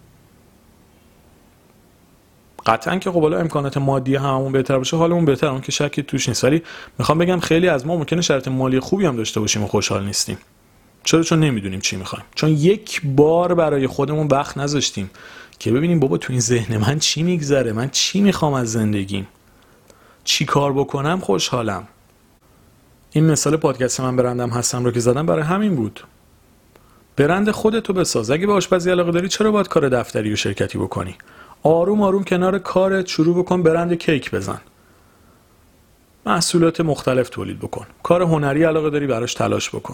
قطعا که خب حالا امکانات مادی هممون بهتر باشه حالمون بهتره، اون که شکی توش نیست، ولی میخوام بگم خیلی از ما ممکنه شرایط مالی خوبی هم داشته باشیم و خوشحال نیستیم. چرا؟ چون نمیدونیم چی میخوایم، چون یک بار برای خودمون وقت نذاشتیم که ببینیم بابا تو این ذهن من چی میگذره، من چی میخوام از زندگیم، چی کار بکنم خوشحالم. این مثال پادکست من برندم هستم رو که زدم برای همین بود. برند خودتو بساز. اگه به آشپزی علاقه داری چرا باید کار دفتری و شرکتی بکنی؟ آروم آروم کنار کارت شروع بکن برند کیک بزن، محصولات مختلف تولید بکن، کار هنری علاقه داری براش تلاش بکن.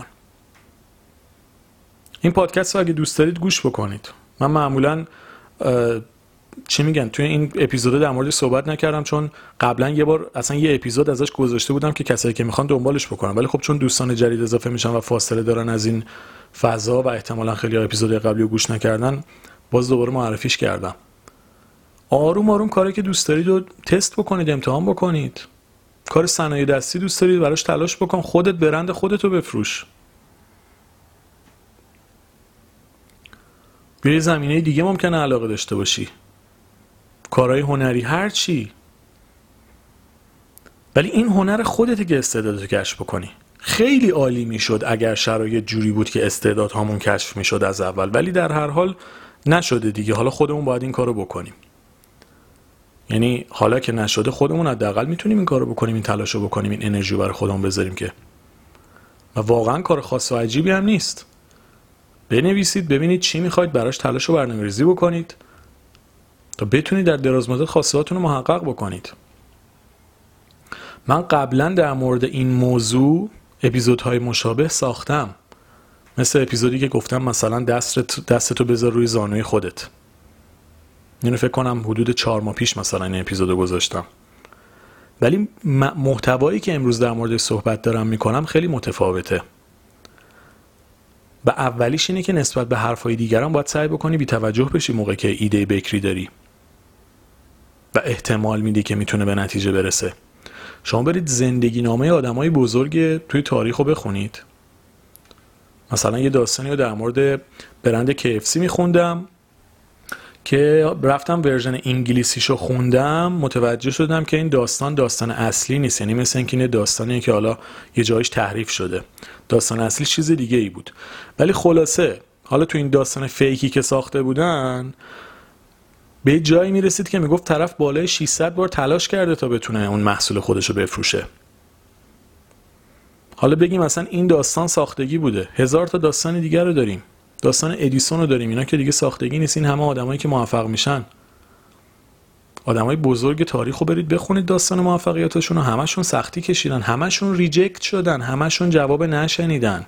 این پادکست رو اگه دوست دارید گوش بکنید. من معمولاً چی میگن توی این اپیزود در موردش صحبت نکردم چون قبلا یه بار اصلا یه اپیزود ازش گذاشته بودم که کسایی که میخوان دنبالش بکنن، ولی خب چون دوستان جدید اضافه میشن و فاصله دارن از این فضا و احتمالاً خیلی اپیزود قبلی رو گوش نکردن، باز دوباره معرفیش کردم. آروم آروم کاری که دوست دارید رو تست بکنید، امتحان بکنید. کار صنایع دستی دوست دارید براش تلاش بکن، خودت برند خودتو بفروش. به زمینه دیگه ممکنه علاقه داشته باشی، کارهای هنری، هر چی، ولی این هنر خودته که استعدادتو کشف بکنی. خیلی عالی میشد اگر شرایط جوری بود که استعداد هامون کشف میشد از اول، ولی در هر حال نشده دیگه. حالا خودمون باید این کارو بکنیم. یعنی حالا که نشده خودمون حداقل میتونیم این کارو بکنیم، این تلاشو بکنیم، این انرژی برای خودمون بذاریم که و واقعا کار خاص و عجیبی هم نیست. بنویسید، ببینید چی میخواید، براش تلاش و برنامه‌ریزی بکنید تا بتونید در دراز مدت خواستهاتون رو محقق بکنید. من قبلا در مورد این موضوع اپیزودهای مشابه ساختم، مثل اپیزودی که گفتم مثلا دستتو بذار روی زانوی خودت. اینو فکر کنم حدود 4 ماه پیش مثلا این اپیزودو گذاشتم، ولی محتوایی که امروز در موردش صحبت دارم میکنم خیلی متفاوته. و اولیش اینه که نسبت به حرفای دیگران باید سعی بکنی بی توجه بشی موقع که ایده بکری داری و احتمال میدی که میتونه به نتیجه برسه. شما برید زندگی نامه آدمای بزرگ توی تاریخو بخونید. مثلا یه داستانی رو در مورد برند KFC میخوندم که رفتم ورژن انگلیسیشو خوندم، متوجه شدم که این داستان اصلی نیست. یعنی مثل اینکه این داستانیه که حالا یه جایش تحریف شده، داستان اصلی چیز دیگه ای بود. ولی خلاصه حالا تو این داستان فیکی که ساخته بودن به جایی میرسید که میگفت طرف بالای 600 بار تلاش کرده تا بتونه اون محصول خودشو بفروشه. حالا بگیم مثلا این داستان ساختگی بوده، 1000 تا داستان دیگر رو داریم. داستان ادیسون رو داریم، اینا که دیگه ساختگی نیست. این همه آدمایی که موفق میشن، آدمای بزرگ تاریخ رو برید بخونید داستان موفقیتاشون رو. همشون سختی کشیدن، همشون ریجکت شدن، همشون جواب نشنیدن.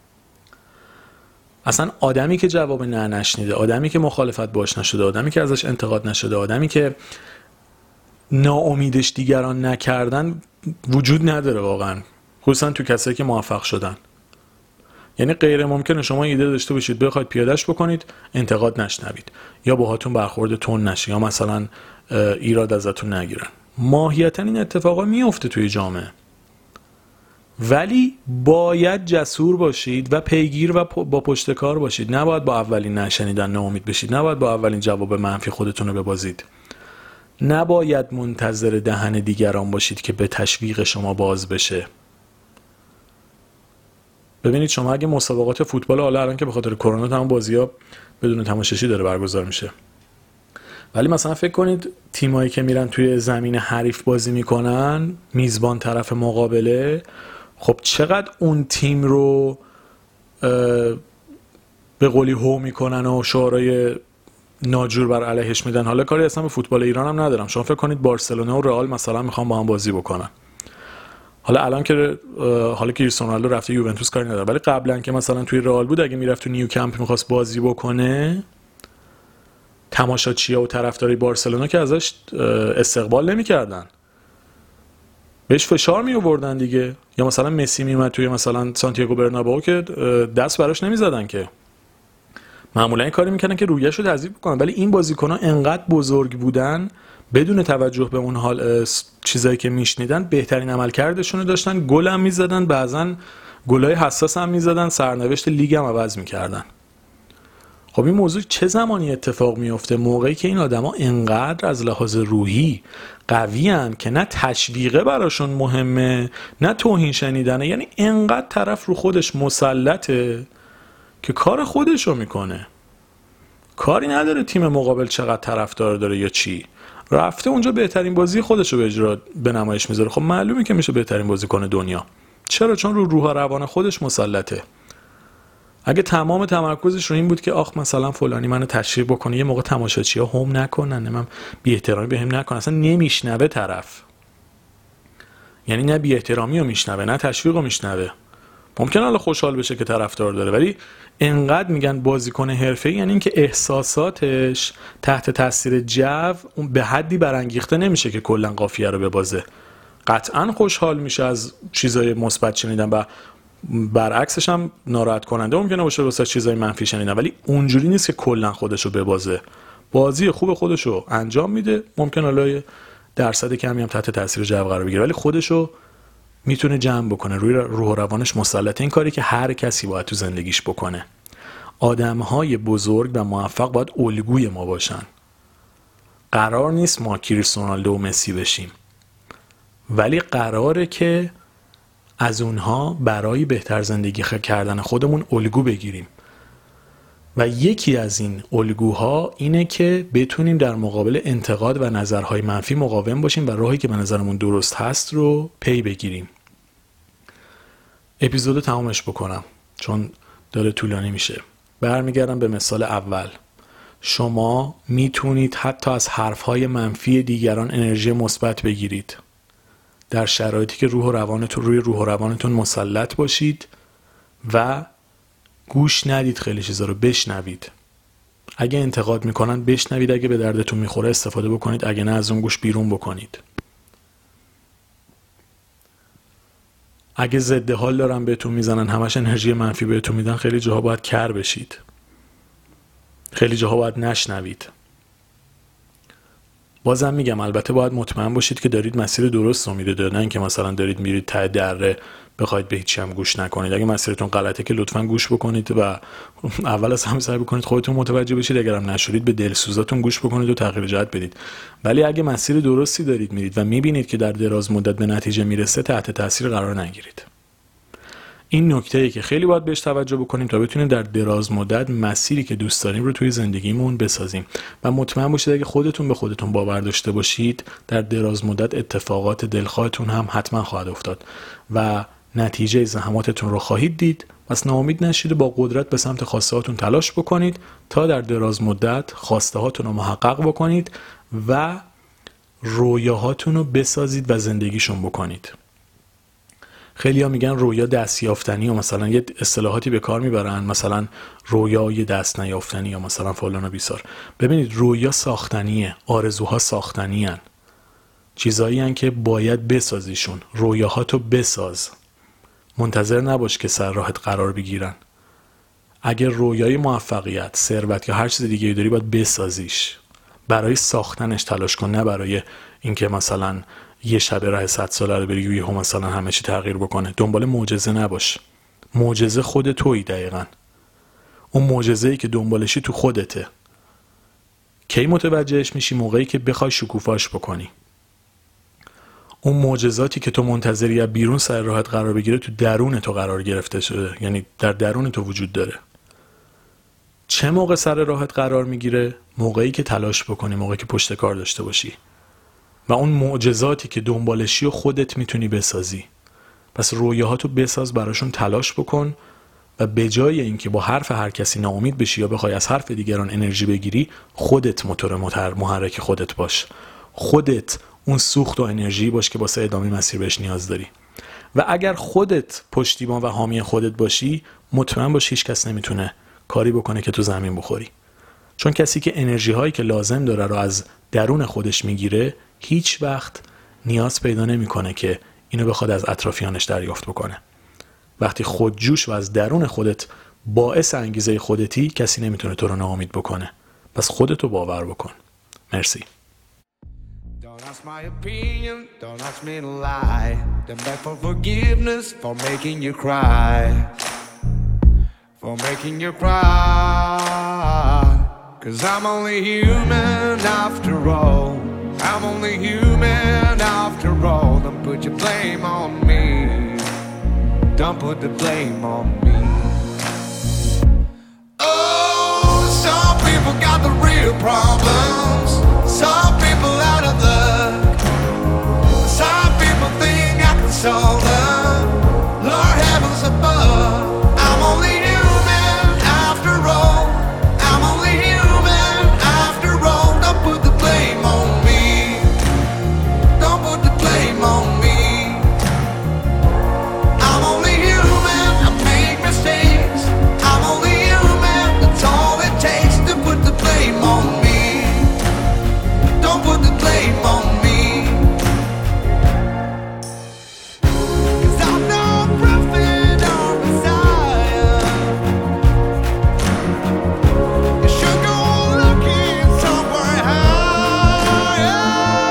اصلا آدمی که جواب نشنیده، آدمی که مخالفت باش نشده، آدمی که ازش انتقاد نشده، آدمی که ناامیدش دیگران نکردن وجود نداره واقعا، خصوصا تو کسایی که موفق شدن. یعنی غیر ممکنه شما ایده داشته باشید بخواید پیادهش بکنید، انتقاد نشنوید یا باهاتون برخورد تون نشه یا مثلا ایراد ازتون نگیرن. ماهیتا این اتفاقا میفته توی جامعه، ولی باید جسور باشید و پیگیر و با پشتکار باشید. نباید با اولین نشنیدن ناامید بشید، نباید با اولین جواب منفی خودتون رو ببازید، نباید منتظر دهن دیگران باشید که به تشویق شما باز بشه. ببینید شما اگه مسابقات فوتبال، حالا الان که به خاطر کرونا تمام بازی‌ها بدون تماشاچی داره برگزار میشه، ولی مثلا فکر کنید تیمایی که میرن توی زمین حریف بازی میکنن، میزبان طرف مقابله، خب چقدر اون تیم رو به قولی هو میکنن و شعارهای ناجور بر علیهش میدن. حالا کاری اصلا به فوتبال ایران هم ندارم. شما فکر کنید بارسلونا و رئال مثلا میخوان با هم بازی بکنن. حالا الان که کریستیانو رونالدو رفته یوونتوس کاری نداره، ولی قبلا که مثلا توی رئال بود اگه میرفت تو نیوکمپ میخواست بازی بکنه، تماشاچی‌ها و طرفدارای بارسلونا که ازش استقبال نمی‌کردن، بهش فشار می‌آوردن دیگه. یا مثلا مسی میومد توی مثلا سانتیاگو برنابئو که دست براش نمی‌زدن، که معمولا این کاری می‌کردن که رویه‌شو تضعیف کنن. ولی این بازیکن‌ها انقدر بزرگ بودن، بدون توجه به اون حال چیزایی که میشنیدن بهترین عملکردشون رو داشتن، گل هم میزدن، بعضن گلای حساس هم میزدن، سرنوشت لیگ هم عوض میکردن. خب این موضوع چه زمانی اتفاق میفته؟ موقعی که این آدما انقدر از لحاظ روحی قوی هن که نه تشویقه براشون مهمه نه توهین شنیدنه، یعنی انقدر طرف رو خودش مسلطه که کار خودشو میکنه، کاری نداره تیم مقابل چقدر طرفدار داره یا چی، رفته اونجا بهترین بازی خودشو به نمایش میذاره. خب معلومه که میشه بهترین بازیکن دنیا. چرا؟ چون رو روح و روان خودش مسلطه. اگه تمام تمرکزش رو این بود که آخ مثلا فلانی منو تشویق بکنه، یه موقع تماشاچی‌ها هم نکنن، من بی احترامی بهم نکنن، اصلا نمیشنوه طرف، یعنی نه بی احترامی رو میشنوه نه تشویق رو میشنوه. ممکنه حالا خوشحال بشه که طرفدار داره، ولی انقدر میگن بازیکن حرفه‌ای یعنی این که احساساتش تحت تاثیر جو اون به حدی برانگیخته نمیشه که کلا قافیه رو ببازه. قطعا خوشحال میشه از چیزای مثبت شنیدن و برعکسش هم ناراحت کننده ممکنه باشه واسه چیزای منفی شنیدن، ولی اونجوری نیست که کلا خودشو ببازه. بازی خوب خودشو انجام میده، ممکن حالا درصد کمی هم تحت تاثیر جو قرار بگیره، ولی خودشو میتونه جمع بکنه، روی روح و روانش مسلطه. این کاری که هر کسی باید تو زندگیش بکنه. آدمهای بزرگ و موفق باید الگوی ما باشن. قرار نیست ما کریستیانو رونالدو و مسی بشیم، ولی قراره که از اونها برای بهتر زندگی کردن خودمون الگو بگیریم. و یکی از این الگوها اینه که بتونیم در مقابل انتقاد و نظرهای منفی مقاوم باشیم و راهی که به نظرمون درست هست رو پی بگیریم. اپیزودو تمامش بکنم چون داره طولانی میشه. برمیگردم به مثال اول. شما میتونید حتی از حرفهای منفی دیگران انرژی مثبت بگیرید در شرایطی که روی روح و روانتون مسلط باشید و گوش ندید، خیلی چیزا رو بشنوید. اگه انتقاد میکنن بشنوید، اگه به دردتون میخوره استفاده بکنید، اگه نه از اون گوش بیرون بکنید. اگه ضد حال دارن بهتون میزنن، همش انرژی منفی بهتون میدن، خیلی جاها باید کر بشید، خیلی جاها باید نشنوید. بازم میگم البته باید مطمئن باشید که دارید مسیر درست رو میرید، نه اینکه مثلا دارید میرید ته دره بخواید به هیچی هم گوش نکنید. اگه مسیرتون غلطه که لطفاً گوش بکنید و اول از همه سعی بکنید خودتون متوجه بشید. اگرم نشورید به دلسوزاتون گوش بکنید و تغییر جهت بدید. ولی اگه مسیر درستی دارید میرید و میبینید که در دراز مدت به نتیجه میرسه، تحت تاثیر قرار نگیرید. این نکته‌ای که خیلی باید بهش توجه بکنیم تا بتونیم در دراز مدت مسیری که دوست داریم رو توی زندگیمون بسازیم. و مطمئن باشید اگه خودتون به خودتون باور داشته باشید، در دراز مدت اتفاقات دلخواهتون هم حتما خواهد افتاد و نتیجه زحماتتون رو خواهید دید. پس ناامید نشید و با قدرت به سمت خواسته هاتون تلاش بکنید تا در دراز مدت خواسته هاتون رو محقق بکنید و رویاهاتون رو بسازید و زندگیشون بکنید. خیلی ها میگن رویا دست یافتنی و مثلا یه اصطلاحاتی به کار میبرن، مثلا رویای دست نیافتنی یا مثلا فلان و بیسار. ببینید رویا ساختنیه، آرزوها ساختنی هن. چیزایی هن که باید بسازیشون. رویاهاتو بساز، منتظر نباش که سر راهت قرار بگیرن. اگر رویای موفقیت، ثروت یا هر چیز دیگه داری باید بسازیش. برای ساختنش تلاش کن، نه برای اینکه مثلا یه شب راه 100 ساله رو بری و یهو مثلا همه چی تغییر بکنه. دنبال معجزه نباش. معجزه خود تویی دقیقاً. اون معجزه‌ای که دنبالشی تو خودته. کی متوجهش میشی؟ موقعی که بخوای شکوفاش بکنی. اون معجزاتی که تو منتظری از بیرون سر راهت قرار بگیره تو درون تو قرار گرفته شده، یعنی در درون تو وجود داره. چه موقع سر راهت قرار میگیره؟ موقعی که تلاش بکنی، موقعی که پشت کار داشته باشی و اون معجزاتی که دنبالشی و خودت میتونی بسازی. پس رویاهاتو بساز، براشون تلاش بکن و به جای اینکه با حرف هر کسی ناامید بشی یا بخوای از حرف دیگران انرژی بگیری، خودت موتور محرک خودت باش. خودت اون سوخت و انرژی باش که واسه ادامه مسیر بهش نیاز داری. و اگر خودت پشتیبان و حامی خودت باشی، مطمئن باش هیچ کس نمیتونه کاری بکنه که تو زمین بخوری. چون کسی که انرژی هایی که لازم داره رو از درون خودش میگیره، هیچ وقت نیاز پیدا نمیکنه که اینو بخواد از اطرافیانش دریافت بکنه. وقتی خودجوش و از درون خودت باعث انگیزه خودتی، کسی نمیتونه تو رو ناامید بکنه. پس خودتو باور بکن. مرسی. Don't ask my opinion, don't ask me to lie. Then beg for forgiveness for making you cry. For making you cry. 'Cause I'm only human after all. I'm only human after all. Don't put your blame on me. Don't put the blame on me. Oh, some people got the real problems. Some people out of luck. Some people think I can solve them. Lord heavens above. I'm only human after all. I'm only human after all. Don't put the blame on me. Don't put the blame on me. I'm only human. I make mistakes. I'm only human. That's all it takes to put the blame on me. Don't put the blame on me. 'Cause I'm no prophet or Messiah. You should go looking somewhere higher.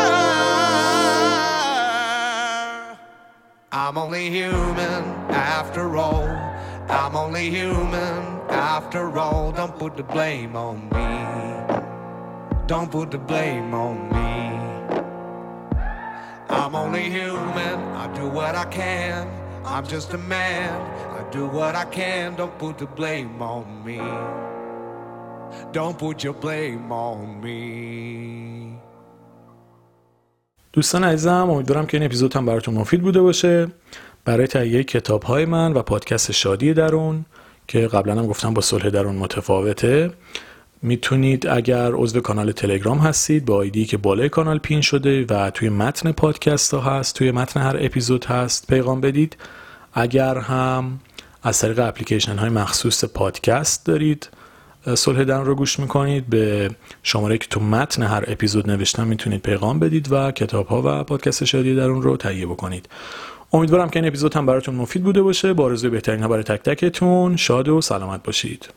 I'm only human after all. I'm only human after all. Don't put the blame on me. Don't put the blame on me. I'm only human. I do what I can. I'm just a man. I do what I can. Don't put the blame on me. Don't put your blame on me. دوستان عزیزم، امیدوارم که این اپیزود هم براتون مفید بوده باشه. برای تهیه کتاب‌های من و پادکست شادی درون که قبلا هم گفتم با صلح درون متفاوته، میتونید اگر عضو کانال تلگرام هستید با آیدی که بالای کانال پین شده و توی متن پادکست ها هست، توی متن هر اپیزود هست، پیغام بدید. اگر هم از طریق اپلیکیشن های مخصوص پادکست دارید صلح درون رو گوش میکنید، به شماره که تو متن هر اپیزود نوشتم میتونید پیغام بدید و کتاب ها و پادکست شادی درون رو تهیه بکنید. امیدوارم که این اپیزود هم براتون مفید بوده باشه. با آرزوی بهترین ها برای تک تکتون. شاد و سلامت باشید.